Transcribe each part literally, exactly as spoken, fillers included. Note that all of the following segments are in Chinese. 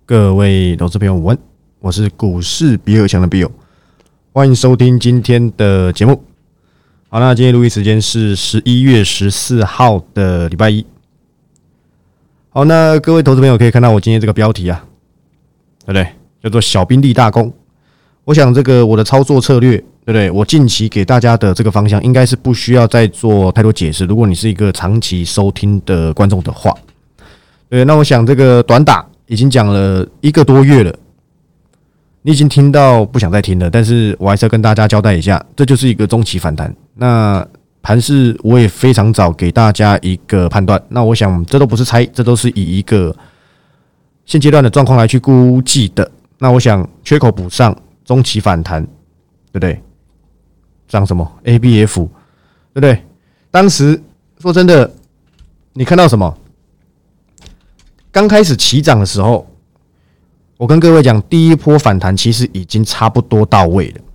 各位投资朋友午安，我是股市比尔强的 Bill， 欢迎收听今天的节目。好，那今天录音时间是十一月十四号的礼拜一。好，那各位投资朋友可以看到我今天这个标题啊，对不对？叫做小兵立大功。我想这个我的操作策略，对不对？我近期给大家的这个方向，应该是不需要再做太多解释。如果你是一个长期收听的观众的话，对，那我想这个短打已经讲了一个多月了，你已经听到不想再听了，但是我还是要跟大家交代一下，这就是一个中期反弹。那盘势我也非常早给大家一个判断，那我想这都不是猜，这都是以一个现阶段的状况来去估计的。那我想缺口补上，中期反弹，对不对？涨什么 A B F， 对不对？当时说真的，你看到什么？刚开始起涨的时候，我跟各位讲，第一波反弹其实已经差不多到位了，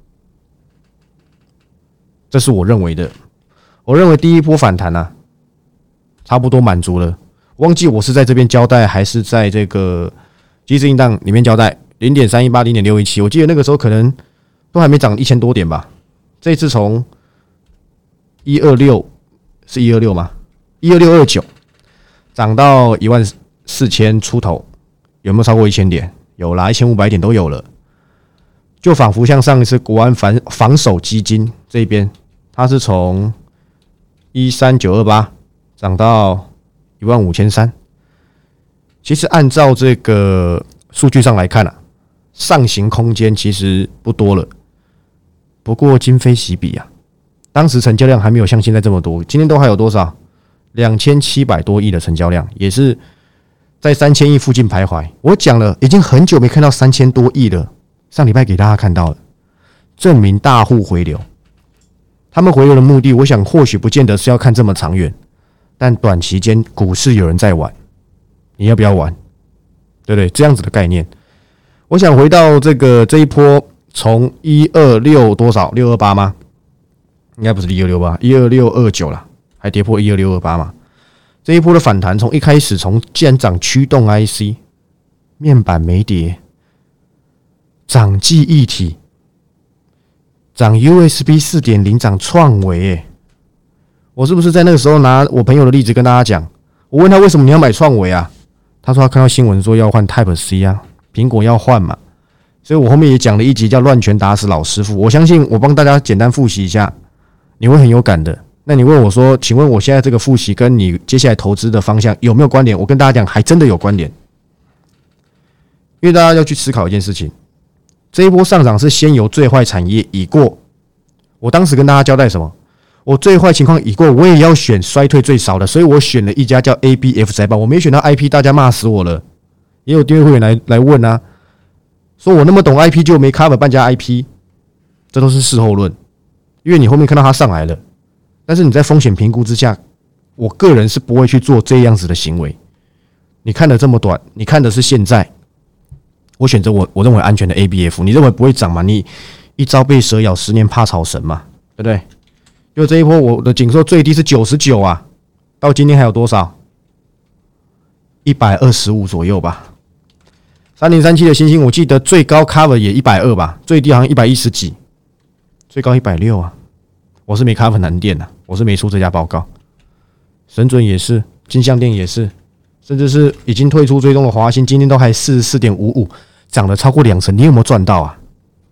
这是我认为的。我认为第一波反弹啊，差不多满足了。忘记我是在这边交代，还是在这个即时音档里面交代 零点三一八 零点六一七， 我记得那个时候可能都还没涨一千多点吧。这一次从一二六是一二六吗？一二六二九涨到一万四千出头，有没有超过一千点？有啦，一千五百点都有了。就仿佛像上一次国安防防守基金这一边，它是从一三九二八涨到一万五千三。其实按照这个数据上来看啊，上行空间其实不多了。不过今非昔比啊，当时成交量还没有像现在这么多，今天都还有多少？两千七百多亿的成交量，也是在三千亿附近徘徊。我讲了，已经很久没看到三千多亿了。上礼拜给大家看到了，证明大户回流。他们回流的目的，我想或许不见得是要看这么长远，但短期间股市有人在玩，你要不要玩？对不对？这样子的概念。我想回到这个这一波，从一二六多少？六二八吗？应该不是一二六八，一二六二九啦，还跌破一二六二八嘛。这一波的反弹，从一开始从建涨驱动 I C、面板没跌，涨记忆体，涨 U S B 四点零， 涨创维、欸。我是不是在那个时候拿我朋友的例子跟大家讲？我问他为什么你要买创维啊？他说他看到新闻说要换 Type C 啊，苹果要换嘛。所以我后面也讲了一集叫乱拳打死老师傅。我相信我帮大家简单复习一下，你会很有感的。那你问我说，请问我现在这个复习跟你接下来投资的方向有没有关联？我跟大家讲，还真的有关联。因为大家要去思考一件事情，这一波上涨是先由最坏产业已过。我当时跟大家交代什么？我最坏情况已过，我也要选衰退最少的，所以我选了一家叫 A B F 财报。我没选到 I P， 大家骂死我了。也有订阅会员来来问啊，说我那么懂 I P 就没 cover 半家 I P， 这都是事后论。因为你后面看到它上来了。但是你在风险评估之下，我个人是不会去做这样子的行为。你看的这么短，你看的是现在，我选择我我认为安全的 A B F， 你认为不会涨嘛？你一朝被蛇咬，十年怕草绳嘛，对不对？就这一波我的紧缩最低是九十九啊，到今天还有多少？一百二十五左右吧。三零三七的星星，我记得最高 cover 也一百二十吧，最低好像一百一十几，最高一百六啊。我是没 cover 南电的，我是没出这家报告。神准也是，金像电也是，甚至是已经退出追踪的华兴，今天都还 四十四点五五， 涨了超过两成，你有没有赚到啊？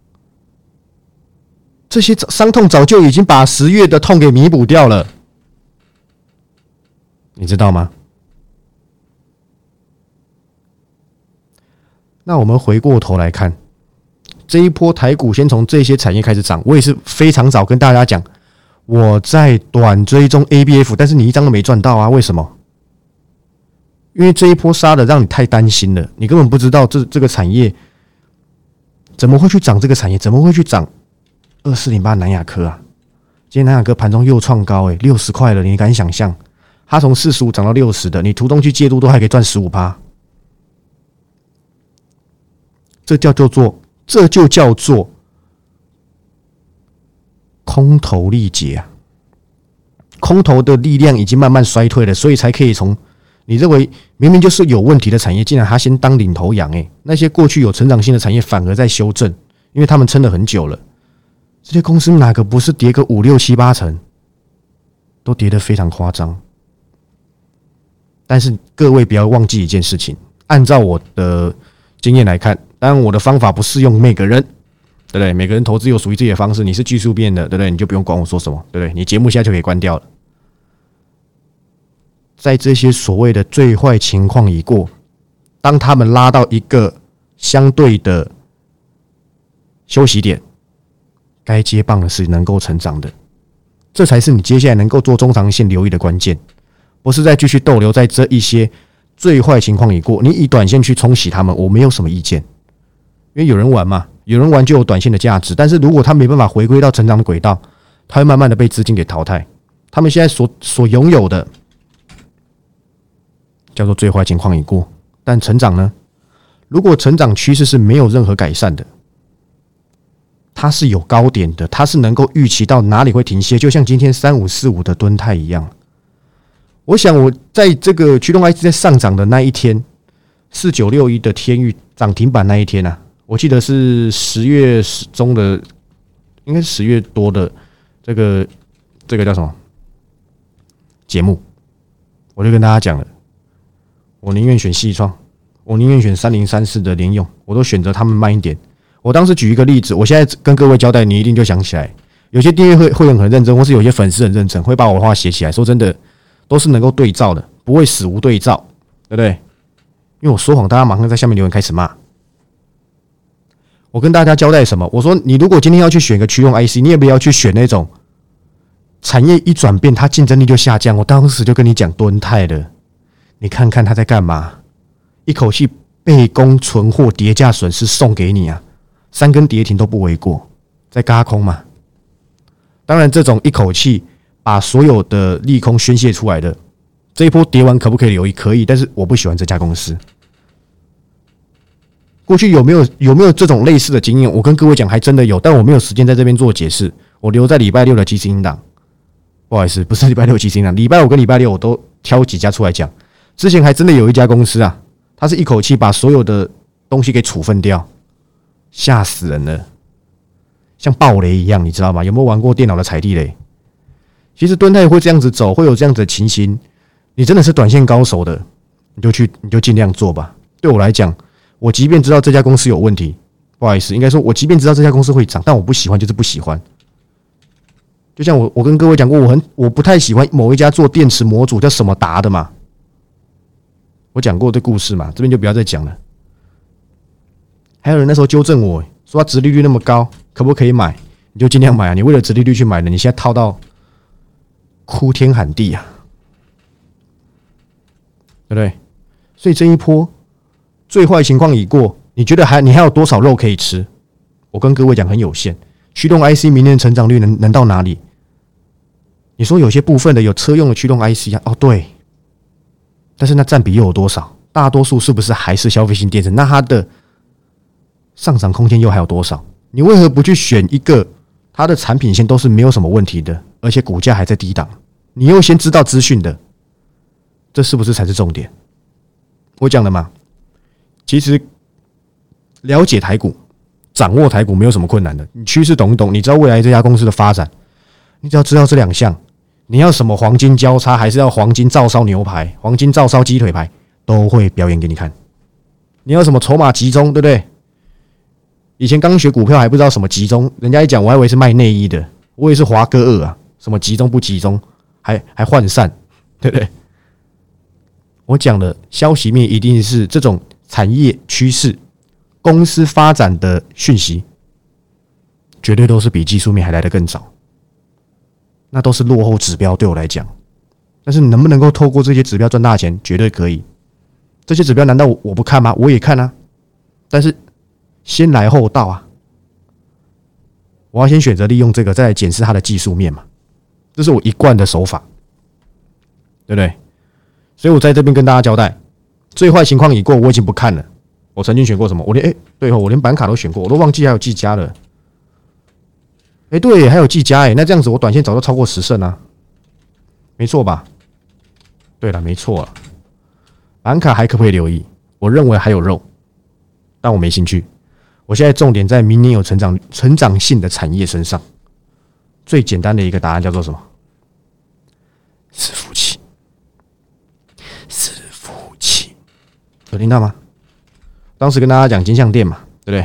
这些伤痛早就已经把十月的痛给弥补掉了，你知道吗？那我们回过头来看，这一波台股先从这些产业开始涨，我也是非常早跟大家讲。我在短追踪 A B F， 但是你一张都没赚到啊？为什么？因为这一波杀的让你太担心了，你根本不知道这这个产业怎么会去涨，这个产业怎么会去涨二四零八南亚科啊？今天南亚科盘中又创高、欸，六十块了，你敢想象？它从四十五涨到六十的，你途中去介入都还可以赚 百分之十五， 这叫做这就叫做空头力竭啊！空头的力量已经慢慢衰退了，所以才可以从你认为明明就是有问题的产业，竟然他先当领头羊，哎，那些过去有成长性的产业反而在修正，因为他们撑了很久了。这些公司哪个不是跌个五六七八成，都跌得非常夸张。但是各位不要忘记一件事情，按照我的经验来看，当然我的方法不适用每个人，对不对？每个人投资有属于自己的方式。你是技术面的，对不对？你就不用管我说什么，对不对？你节目现在就可以关掉了。在这些所谓的最坏情况已过，当他们拉到一个相对的休息点，该接棒的是能够成长的，这才是你接下来能够做中长线留意的关键，不是再继续逗留在这一些最坏情况已过。你以短线去冲洗他们，我没有什么意见，因为有人玩嘛，有人玩就有短线的价值。但是如果他没办法回归到成长的轨道，他会慢慢的被资金给淘汰。他们现在所所拥有的叫做最坏情况已过，但成长呢？如果成长趋势是没有任何改善的，它是有高点的，它是能够预期到哪里会停歇，就像今天三五四五的敦泰一样。我想我在这个驱动 I C 在上涨的那一天，四九六一的天钰涨停板那一天啊，我记得是十月中的，应该是十月多的这个这个叫什么节目，我就跟大家讲了。我宁愿选矽创，我宁愿选三零三四的联咏，我都选择他们慢一点。我当时举一个例子，我现在跟各位交代，你一定就想起来。有些订阅会会员很认真，或是有些粉丝很认真，会把我的话写起来。说真的，都是能够对照的，不会死无对照，对不对？因为我说谎，大家马上在下面留言开始骂。我跟大家交代什么？我说，你如果今天要去选一个驱动 I C， 你也不要去选那种产业一转变，它竞争力就下降。我当时就跟你讲敦泰的。你看看他在干嘛？一口气备供存货跌价损失送给你啊！三根跌停都不为过，在轧空嘛。当然，这种一口气把所有的利空宣泄出来的这一波跌完，可不可以留意？可以，但是我不喜欢这家公司。过去有没有有没有这种类似的经验？我跟各位讲，还真的有，但我没有时间在这边做解释。我留在礼拜六的基金档，不好意思，不是礼拜六基金档，礼拜五跟礼拜六我都挑几家出来讲。之前还真的有一家公司啊，它是一口气把所有的东西给处分掉，吓死人了，像暴雷一样，你知道吗？有没有玩过电脑的踩地雷？其实敦泰会这样子走，会有这样子的情形，你真的是短线高手的，你就去，你就尽量做吧。对我来讲，我即便知道这家公司有问题，不好意思，应该说，我即便知道这家公司会涨，但我不喜欢，就是不喜欢。就像我我跟各位讲过，我很我不太喜欢某一家做电池模组叫什么达的嘛。我讲过这故事嘛，这边就不要再讲了。还有人那时候纠正我说，他殖利率那么高，可不可以买？你就尽量买啊！你为了殖利率去买的，你现在套到哭天喊地啊，对不对？所以这一波最坏情况已过，你觉得还你还有多少肉可以吃？我跟各位讲，很有限。驱动 I C 明年的成长率能能到哪里？你说有些部分的有车用的驱动 I C 啊，哦对。但是那占比又有多少？大多数是不是还是消费性电子？那它的上涨空间又还有多少？你为何不去选一个它的产品线都是没有什么问题的，而且股价还在低档？你又先知道资讯的，这是不是才是重点？我讲了嘛，其实了解台股、掌握台股没有什么困难的。你趋势懂一懂，你知道未来这家公司的发展，你只要知道这两项。你要什么黄金交叉，还是要黄金照烧牛排、黄金照烧鸡腿排，都会表演给你看。你要什么筹码集中，对不对？以前刚学股票还不知道什么集中，人家一讲我还以为是卖内衣的，我也是华哥二啊，什么集中不集中，还还涣散，对不对？我讲的消息面一定是这种产业趋势、公司发展的讯息，绝对都是比技术面还来得更早。那都是落后指标，对我来讲，但是你能不能够透过这些指标赚大钱，绝对可以。这些指标难道我不看吗？我也看啊，但是先来后到啊，我要先选择利用这个，再来检视它的技术面嘛，这是我一贯的手法，对不对？所以我在这边跟大家交代，最坏情况已过，我已经不看了。我曾经选过什么？我连哎、欸，对哦，我连板卡都选过，我都忘记还有技嘉了。哎、欸，对，还有技嘉哎，那这样子我短线早就超过十胜啊，没错吧？对了，没错了。 板卡还可不可以留意？我认为还有肉，但我没兴趣。我现在重点在明年有成长、成长性的产业身上。最简单的一个答案叫做什么？伺服器。伺服器，有听到吗？当时跟大家讲金像电嘛，对不对？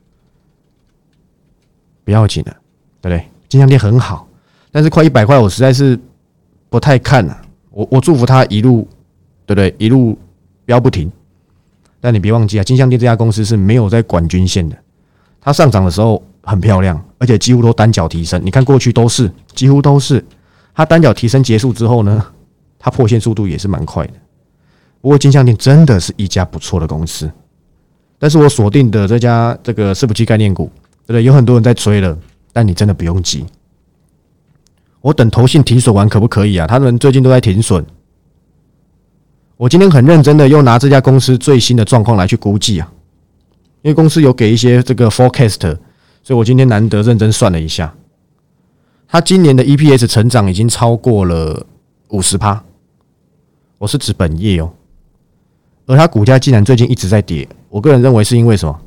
不要紧了，对不对？金像电很好，但是快一百块，我实在是不太看了、啊。我我祝福它一路，对不对？一路飙不停。但你别忘记啊，金像电这家公司是没有在管均线的，它上涨的时候很漂亮，而且几乎都单脚提升。你看过去都是，几乎都是。它单脚提升结束之后呢，它破线速度也是蛮快的。不过金像电真的是一家不错的公司，但是我锁定的这家这个伺服器概念股，对不对？有很多人在追了，但你真的不用急。我等投信停损完可不可以啊？他们最近都在停损。我今天很认真的又拿这家公司最新的状况来去估计啊，因为公司有给一些这个 forecast， 所以我今天难得认真算了一下，它今年的 E P S 成长已经超过了 百分之五十， 我是指本业哦，而它股价竟然最近一直在跌，我个人认为是因为什么？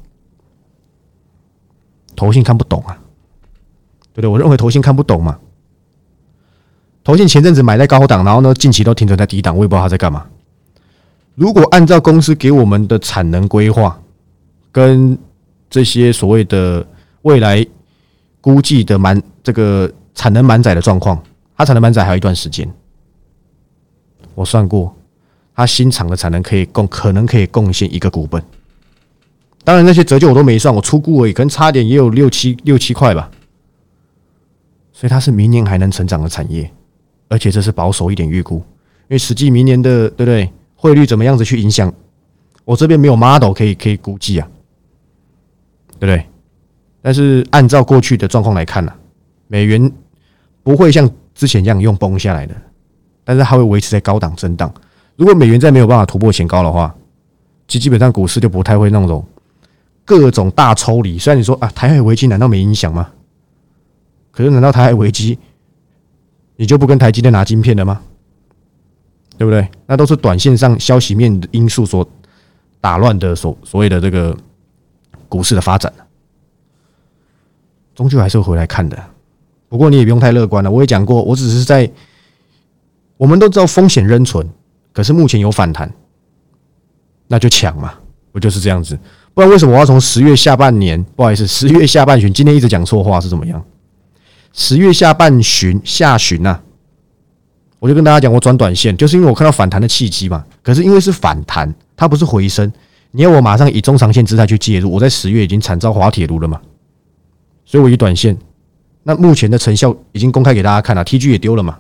投信看不懂啊，对不对？我认为投信看不懂嘛。投信前阵子买在高档，然后呢近期都停存在低档，我也不知道他在干嘛。如果按照公司给我们的产能规划跟这些所谓的未来估计的满这个产能满载的状况，它产能满载还有一段时间。我算过，它新厂的产能可以贡可能可以贡献一个股本。当然那些折旧我都没算，我初估而已，可能差点也有六七六七块吧。所以它是明年还能成长的产业，而且这是保守一点预估，因为实际明年的对不对？汇率怎么样子去影响？我这边没有 model 可以可以估计啊，对不对？但是按照过去的状况来看呢、啊，美元不会像之前一样用崩下来的，但是它会维持在高档震荡。如果美元再没有办法突破前高的话，其基本上股市就不太会那种各种大抽离。虽然你说啊，台海危机难道没影响吗？可是难道台海危机你就不跟台积电拿晶片了吗？对不对？那都是短线上消息面的因素所打乱的所所谓的这个股市的发展，终究还是会回来看的。不过你也不用太乐观了，我也讲过，我只是在我们都知道风险仍存，可是目前有反弹，那就抢嘛，不就是这样子？不然为什么我要从十月下半年，不好意思，十月下半旬，今天一直讲错话是怎么样？十月下半旬下旬啊。我就跟大家讲，我转短线，就是因为我看到反弹的契机嘛。可是因为是反弹，它不是回升，你要我马上以中长线姿态去介入。我在十月已经惨遭滑铁卢了嘛，所以我以短线。那目前的成效已经公开给大家看了 ，T G 也丢了嘛，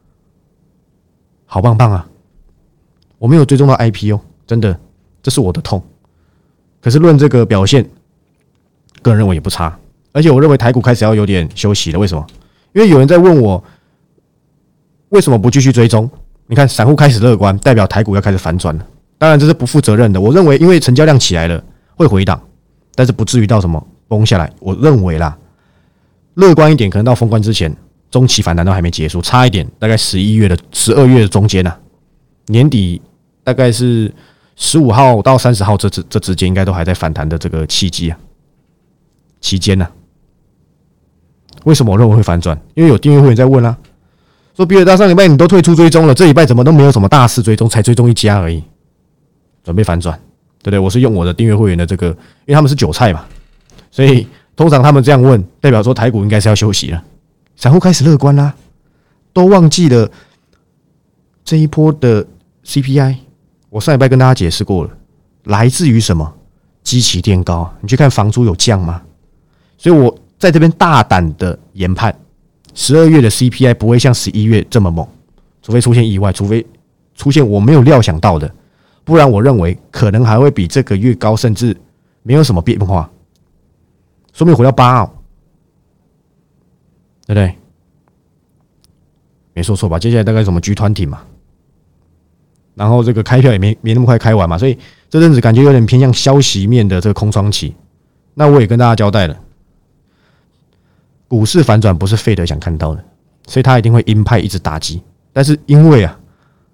好棒棒啊！我没有追踪到 I P 哦，真的，这是我的痛。可是论这个表现，个人认为也不差，而且我认为台股开始要有点休息了。为什么？因为有人在问我。为什么不继续追踪？你看，散户开始乐观，代表台股要开始反转了。当然，这是不负责任的。我认为，因为成交量起来了，会回档，但是不至于到什么崩下来。我认为啦，乐观一点，可能到封关之前，中期反弹都还没结束，差一点，大概十一月的十二月的中间啊，年底大概是十五号到三十号这这这之间，应该都还在反弹的这个契机啊，期间呢、啊。为什么我认为会反转？因为有订阅会员在问啊。说比尔大上礼拜你都退出追踪了，这礼拜怎么都没有什么大事追踪，才追踪一家而已，准备反转，对不对？我是用我的订阅会员的这个，因为他们是韭菜嘛，所以通常他们这样问，代表说台股应该是要休息了，散户开始乐观啦，都忘记了这一波的 C P I， 我上礼拜跟大家解释过了，来自于什么？基期垫高，你去看房租有降吗？所以我在这边大胆的研判。十二月的 C P I 不会像十一月这么猛，除非出现意外，除非出现我没有料想到的，不然我认为可能还会比这个月高，甚至没有什么变化，说明回到八哦，对不对？没说错吧？接下来大概什么 G 团体嘛，然后这个开票也没没那么快开完嘛，所以这阵子感觉有点偏向消息面的这个空窗期。那我也跟大家交代了。股市反转不是费德想看到的，所以他一定会鹰派一直打击。但是因为啊，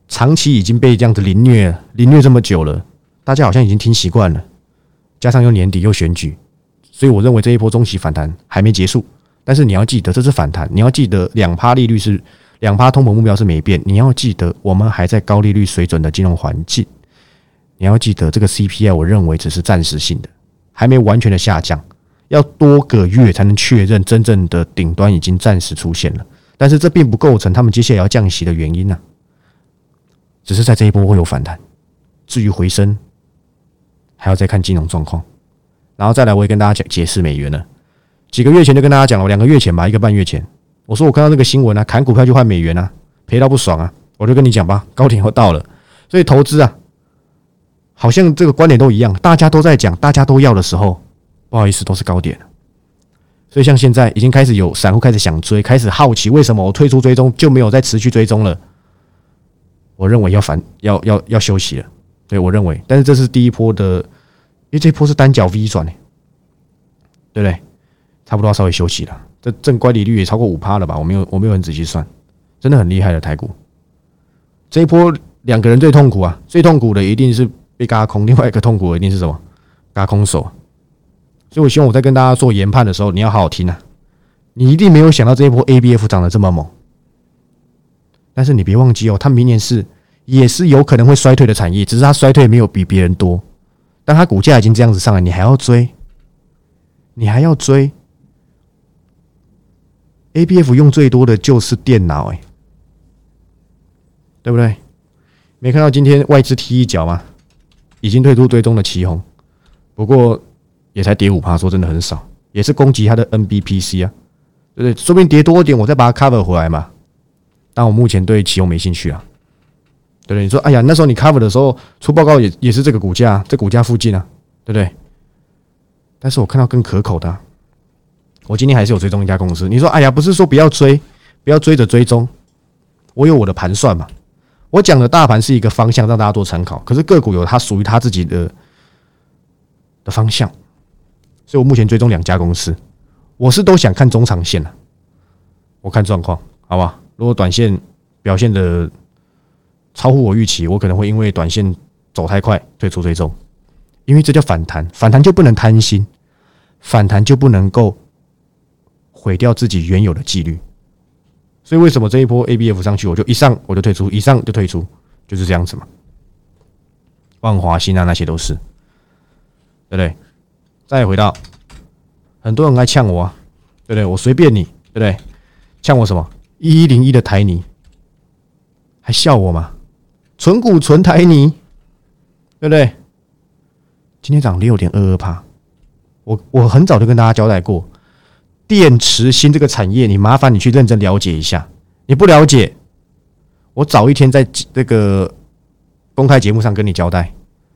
长期已经被这样子凌虐了，凌虐这么久了，大家好像已经听习惯了，加上又年底又选举，所以我认为这一波中期反弹还没结束。但是你要记得，这是反弹，你要记得两趴利率是两趴通膨目标是没变，你要记得我们还在高利率水准的金融环境，你要记得这个 C P I 我认为只是暂时性的，还没完全的下降，要多个月才能确认真正的顶端已经暂时出现了。但是这并不构成他们接下来要降息的原因啊，只是在这一波会有反弹，至于回升还要再看金融状况。然后再来，我也跟大家讲解释美元了。几个月前就跟大家讲了，两个月前吧，一个半月前，我说我看到这个新闻啊，砍股票就换美元啊，赔到不爽啊，我就跟你讲吧，高点要到了，所以投资啊，好像这个观点都一样，大家都在讲，大家都要的时候，不好意思，都是高点。所以像现在已经开始有散户开始想追，开始好奇为什么我退出追踪就没有再持续追踪了。我认为要反要要要休息了，对我认为，但是这是第一波的，因为这一波是单脚 V 转、欸、对不对？差不多要稍微休息了。这正乖离率也超过 百分之五 了吧？我没有我没有很仔细算，真的很厉害的台股。这一波两个人最痛苦啊，最痛苦的一定是被軋空，另外一个痛苦的一定是什么？軋空手。所以我希望我在跟大家做研判的时候，你要好好听啊！你一定没有想到这一波 A B F 涨得这么猛，但是你别忘记哦，它明年是也是有可能会衰退的产业，只是它衰退没有比别人多，但它股价已经这样子上来，你还要追，你还要追。A B F 用最多的就是电脑、欸，对不对？没看到今天外资踢一脚吗？已经退出追踪的奇鋐，不过也才跌 百分之五， 说真的很少，也是攻击它的 N B P C 啊，对不对？说不定跌多一点，我再把它 cover 回来嘛。但我目前对奇鋐没兴趣啊，对不对？你说，哎呀，那时候你 cover 的时候出报告也也是这个股价，这股价附近啊，对不对？但是我看到更可口的、啊。我今天还是有追踪一家公司。你说，哎呀，不是说不要追，不要追着追踪，我有我的盘算嘛。我讲的大盘是一个方向，让大家做参考。可是个股有它属于它自己的的方向，所以我目前追踪两家公司，我是都想看中长线了、啊，我看状况，好不好？如果短线表现的超乎我预期，我可能会因为短线走太快退出追踪，因为这叫反弹，反弹就不能贪心，反弹就不能够毁掉自己原有的纪律。所以为什么这一波 A B F 上去，我就一上我就退出，一上就退出，就是这样子嘛。万华新啊那些都是，对不对？再回到很多人爱呛我啊，对不对？我随便你，对不对？呛我什么？一一零一的台泥，还笑我吗？纯股纯台泥，对不对？今天涨 六点二二%， 我我很早就跟大家交代过。电池芯这个产业，你麻烦你去认真了解一下。你不了解，我早一天在这个公开节目上跟你交代。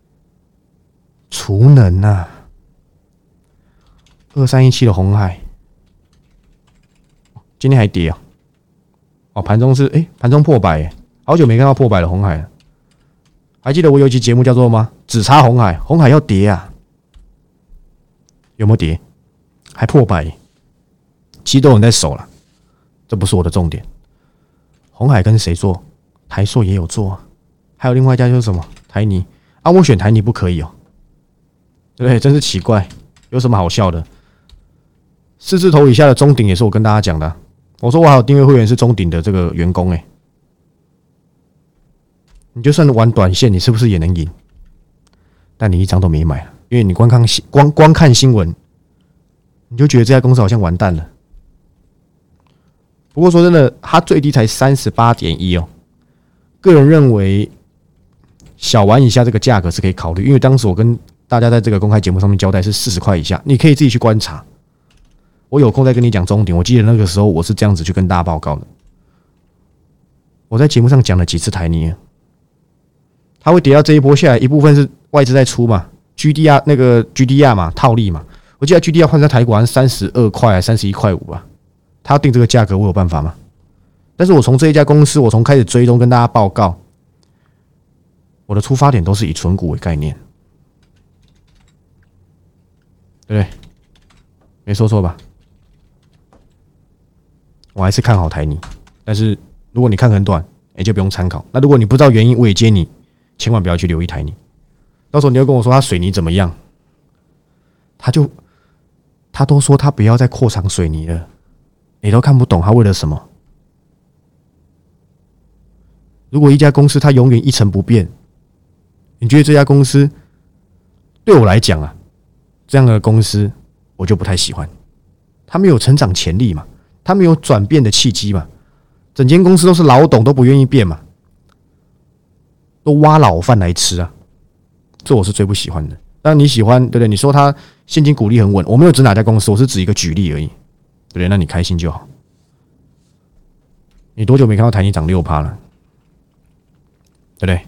储能啊，二三一七的鸿海，今天还跌啊！哦，盘中是哎，盘中破百哎，好久没看到破百的鸿海了。还记得我有一期节目叫做吗？只差鸿海，鸿海要跌啊，有没有跌？还破百、欸。其实都有人在守了，这不是我的重点。鸿海跟谁做？台塑也有做、啊，还有另外一家就是什么台泥啊？我选台泥不可以哦，对不对？真是奇怪，有什么好笑的？四字头以下的中鼎也是我跟大家讲的、啊，我说我还有订阅会员是中鼎的这个员工哎、欸，你就算玩短线，你是不是也能赢？但你一张都没买，因为你光看光光看新闻，你就觉得这家公司好像完蛋了。不过说真的，它最低才 三十八点一 哦。个人认为，小玩一下这个价格是可以考虑，因为当时我跟大家在这个公开节目上面交代是四十块以下，你可以自己去观察。我有空再跟你讲重点。我记得那个时候我是这样子去跟大家报告的。我在节目上讲了几次台泥，它会跌到这一波下来，一部分是外资在出嘛 ，G D R 那个 G D R 嘛，套利嘛。我记得 G D R 换在台股好像三十二块还三十一块五吧。他要定这个价格，我有办法吗？但是我从这一家公司，我从开始追踪跟大家报告，我的出发点都是以纯股为概念，对不对？没说错吧？我还是看好台泥，但是如果你看很短， 你就不用参考。那如果你不知道原因，我也建议你千万不要去留一台泥。到时候你又跟我说他水泥怎么样，他就他都说他不要再扩厂水泥了，你都看不懂他为了什么。如果一家公司它永远一成不变，你觉得这家公司对我来讲啊，这样的公司我就不太喜欢。它没有成长潜力嘛，它没有转变的契机嘛，整间公司都是老董都不愿意变嘛，都挖老饭来吃啊，这我是最不喜欢的。当然你喜欢，对不对？你说它现金股利很稳，我没有指哪家公司，我是指一个举例而已，对不对？那你开心就好。你多久没看到台泥涨 百分之六 了？对不对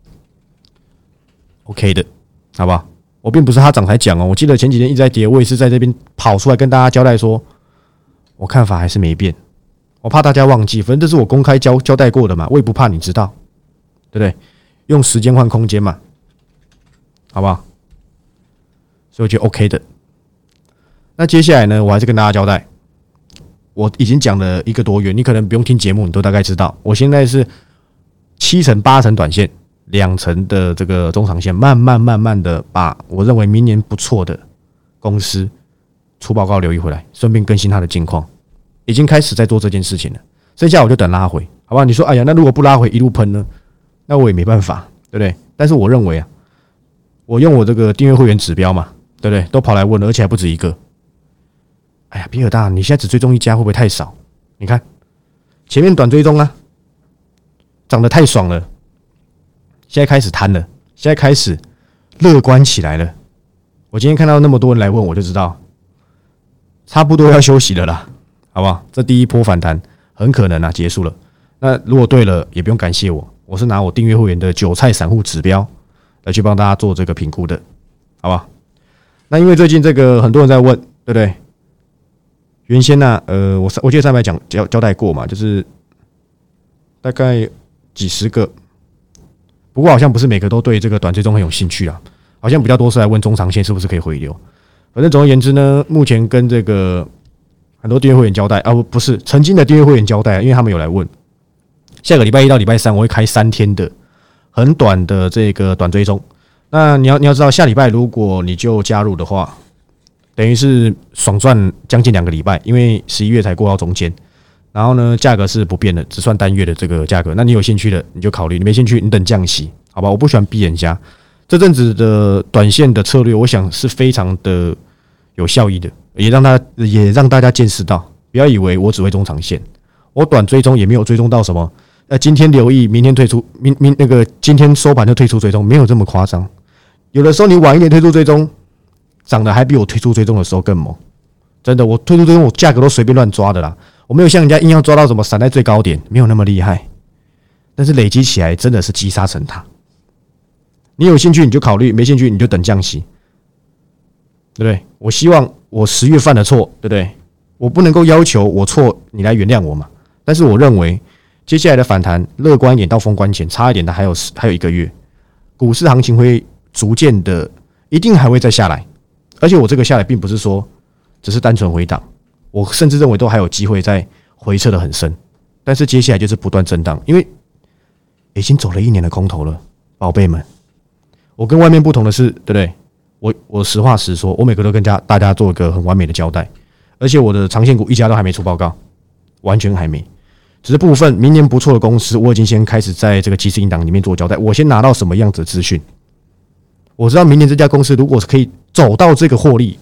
？OK 的，好不好？我并不是它涨才讲哦，我记得前几天一直在跌，我也是在这边跑出来跟大家交代说，我看法还是没变，我怕大家忘记，反正这是我公开交交代过的嘛，我也不怕你知道，对不对？用时间换空间嘛，好不好？所以我觉得 OK 的。那接下来呢，我还是跟大家交代，我已经讲了一个多月，你可能不用听节目，你都大概知道，我现在是七成八成短线，两成的这个中长线，慢慢慢慢的把我认为明年不错的公司出报告留意回来，顺便更新它的近况，已经开始在做这件事情了。剩下我就等拉回，好不好？你说，哎呀，那如果不拉回一路喷呢？那我也没办法，对不对？但是我认为啊，我用我这个订阅会员指标嘛，对不对？都跑来问了，而且还不止一个。哎呀，比尔大，你现在只追踪一家会不会太少？你看前面短追踪啊，涨得太爽了，现在开始贪了，现在开始乐观起来了。我今天看到那么多人来问，我就知道差不多要休息了啦，好不好？这第一波反弹很可能啊结束了。那如果对了，也不用感谢我，我是拿我订阅会员的韭菜散户指标来去帮大家做这个评估的，好不好？那因为最近这个很多人在问，对不对？原先呢、啊，呃，我我记得上面讲交交代过嘛，就是大概几十个，不过好像不是每个都对这个短追踪很有兴趣啊，好像比较多是来问中长线是不是可以回流。反正总而言之呢，目前跟这个很多订阅会员交代啊，不是曾经的订阅会员交代，因为他们有来问。下个礼拜一到礼拜三，我会开三天的很短的这个短追踪。那你要你要知道，下礼拜如果你就加入的话，等于是爽赚将近两个礼拜，因为十一月才过到中间。然后呢，价格是不变的，只算单月的这个价格。那你有兴趣的你就考虑，你没兴趣你等降息，好吧？我不喜欢逼人家。这阵子的短线的策略，我想是非常的有效益的，也让他也让大家见识到，不要以为我只会中长线，我短追踪也没有追踪到什么。呃，今天留意，明天退出，明明那个今天收盘就退出追踪，没有这么夸张。有的时候你晚一点退出追踪，涨得还比我退出追踪的时候更猛。真的，我退出追踪，我价格都随便乱抓的啦，我没有像人家硬要抓到什么闪在最高点，没有那么厉害。但是累积起来真的是积沙成塔。你有兴趣你就考虑，没兴趣你就等降息，对不对？我希望我十月犯的错，对不对？我不能够要求我错你来原谅我嘛。但是我认为接下来的反弹，乐观一点到封关前，差一点的还有还有一个月，股市行情会逐渐的，一定还会再下来。而且我这个下来并不是说只是单纯回档，我甚至认为都还有机会再回撤的很深。但是接下来就是不断震荡，因为已经走了一年的空头了，宝贝们。我跟外面不同的是，对不对？我我实话实说，我每个都跟大家做一个很完美的交代，而且我的长线股一家都还没出报告，完全还没。只是部分明年不错的公司，我已经先开始在这个即时音档里面做交代。我先拿到什么样子的资讯，我知道明年这家公司如果是可以走到这个获利，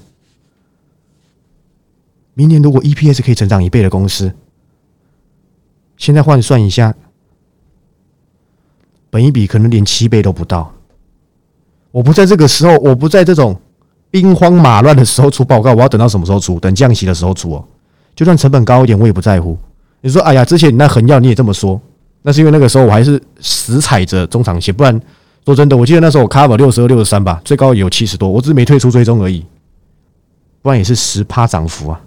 明年如果 E P S 可以成长一倍的公司，现在换算一下，本益比可能连七倍都不到。我不在这个时候，我不在这种兵荒马乱的时候出报告，我要等到什么时候出？等降息的时候出哦。就算成本高一点，我也不在乎。你说，哎呀，之前你那横要你也这么说，那是因为那个时候我还是死踩着中长线，不然说真的，我记得那时候我 cover 六十二、六十三吧，最高也有七十多，我只是没退出追踪而已，不然也是十趴涨幅啊。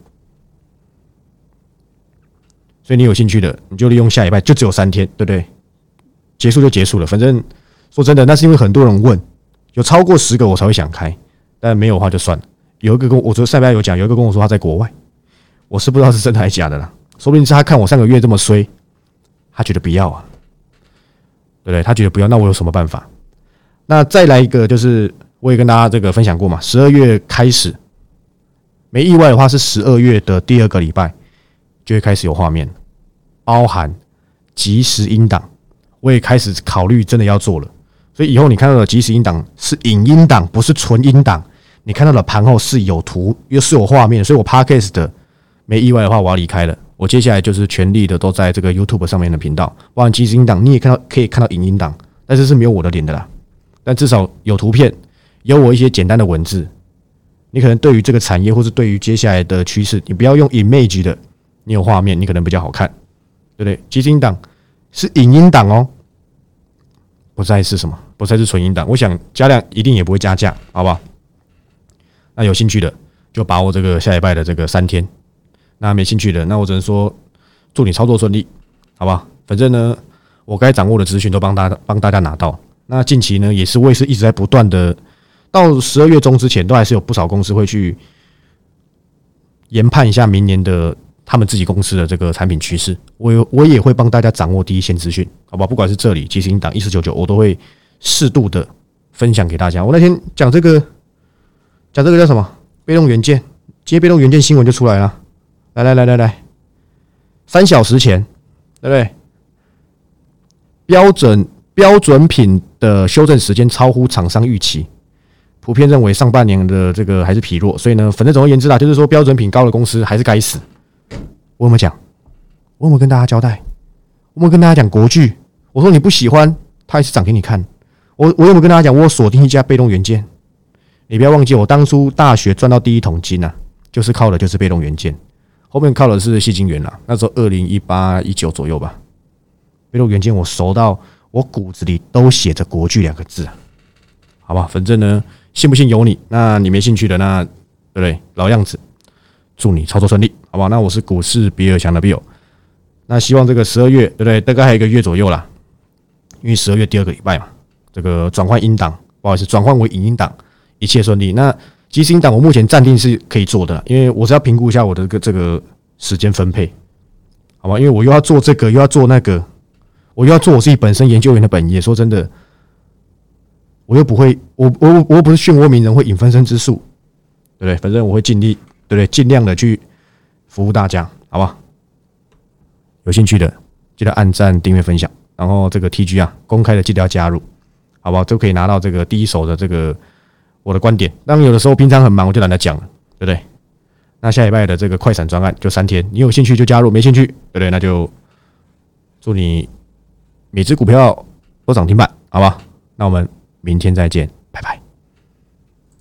所以你有兴趣的，你就利用下礼拜，就只有三天，对不对？结束就结束了。反正说真的，那是因为很多人问，有超过十个我才会想开，但没有的话就算了。有一个跟我，我昨天上礼拜有讲，有一个跟我说他在国外，我是不知道是真的还是假的啦。说不定是他看我上个月这么衰，他觉得不要啊。 对不对？他觉得不要，那我有什么办法？那再来一个，就是我也跟大家这个分享过嘛，十二月开始，没意外的话是十二月的第二个礼拜就会开始有画面，包含即时音档，我也开始考虑真的要做了。所以以后你看到的即时音档是影音档，不是纯音档。你看到的盘后是有图又是有画面的，所以我 Podcast 的没意外的话，我要离开了。我接下来就是全力的都在这个 YouTube 上面的频道，包含即时音档，你也看到可以看到影音档，但是是没有我的脸的啦。但至少有图片，有我一些简单的文字。你可能对于这个产业或是对于接下来的趋势，你不要用 image 的，你有画面，你可能比较好看，对不对？即时音档是影音档哦，不再是什么，不再是纯音档。我想加量一定也不会加价，好不好？那有兴趣的就把握这个下礼拜的这个三天。那没兴趣的，那我只能说祝你操作顺利，好吧？反正呢，我该掌握的资讯都帮大家帮大家拿到。那近期呢，也是我也是一直在不断的，到十二月中之前，都还是有不少公司会去研判一下明年的他们自己公司的这个产品趋势。我有我也会帮大家掌握第一线资讯，好吧？不管是这里即时音档一四九九，我都会适度的分享给大家。我那天讲这个讲这个叫什么？被动元件，今天被动元件新闻就出来了。来来来来来，三小时前，对不对？标准标准品的修正时间超乎厂商预期，普遍认为上半年的这个还是疲弱，所以呢，反正总而言之啦，就是说标准品高的公司还是该死。我有没有讲？我有没有跟大家交代？我有没有跟大家讲国巨？我说你不喜欢，它还是涨给你看。我我有没有跟大家讲？我锁定一家被动元件？你不要忘记，我当初大学赚到第一桶金啊，就是靠的就是被动元件。后面靠的是矽晶圆啦，那时候二零一八一九左右吧。被动元件我熟到我骨子里都写着国巨两个字，好吧？反正呢，信不信由你。那你没兴趣的，那对不对？老样子，祝你操作顺利，好吧？那我是股市比尔强的 Bill， 那希望这个十二月，对不对？大概还有一个月左右啦，因为十二月第二个礼拜嘛，这个转换音档，不好意思，转换为影音档，一切顺利。那即时音档我目前暂定是可以做的，因为我是要评估一下我的这个时间分配，好吧？因为我又要做这个，又要做那个，我又要做我自己本身研究员的本业。说真的，我又不会，我我我又不是漩涡鸣人，会引分身之术，对不对？反正我会尽力，对不对？尽量的去服务大家，好吧？有兴趣的记得按赞、订阅、分享，然后这个 T G 啊，公开的记得要加入，好不好？就可以拿到这个第一手的这个。我的观点，当然有的时候平常很忙，我就懒得讲了，对不对？那下礼拜的这个快闪专案就三天，你有兴趣就加入，没兴趣，对不对？那就祝你每只股票都涨停板，好吧？那我们明天再见。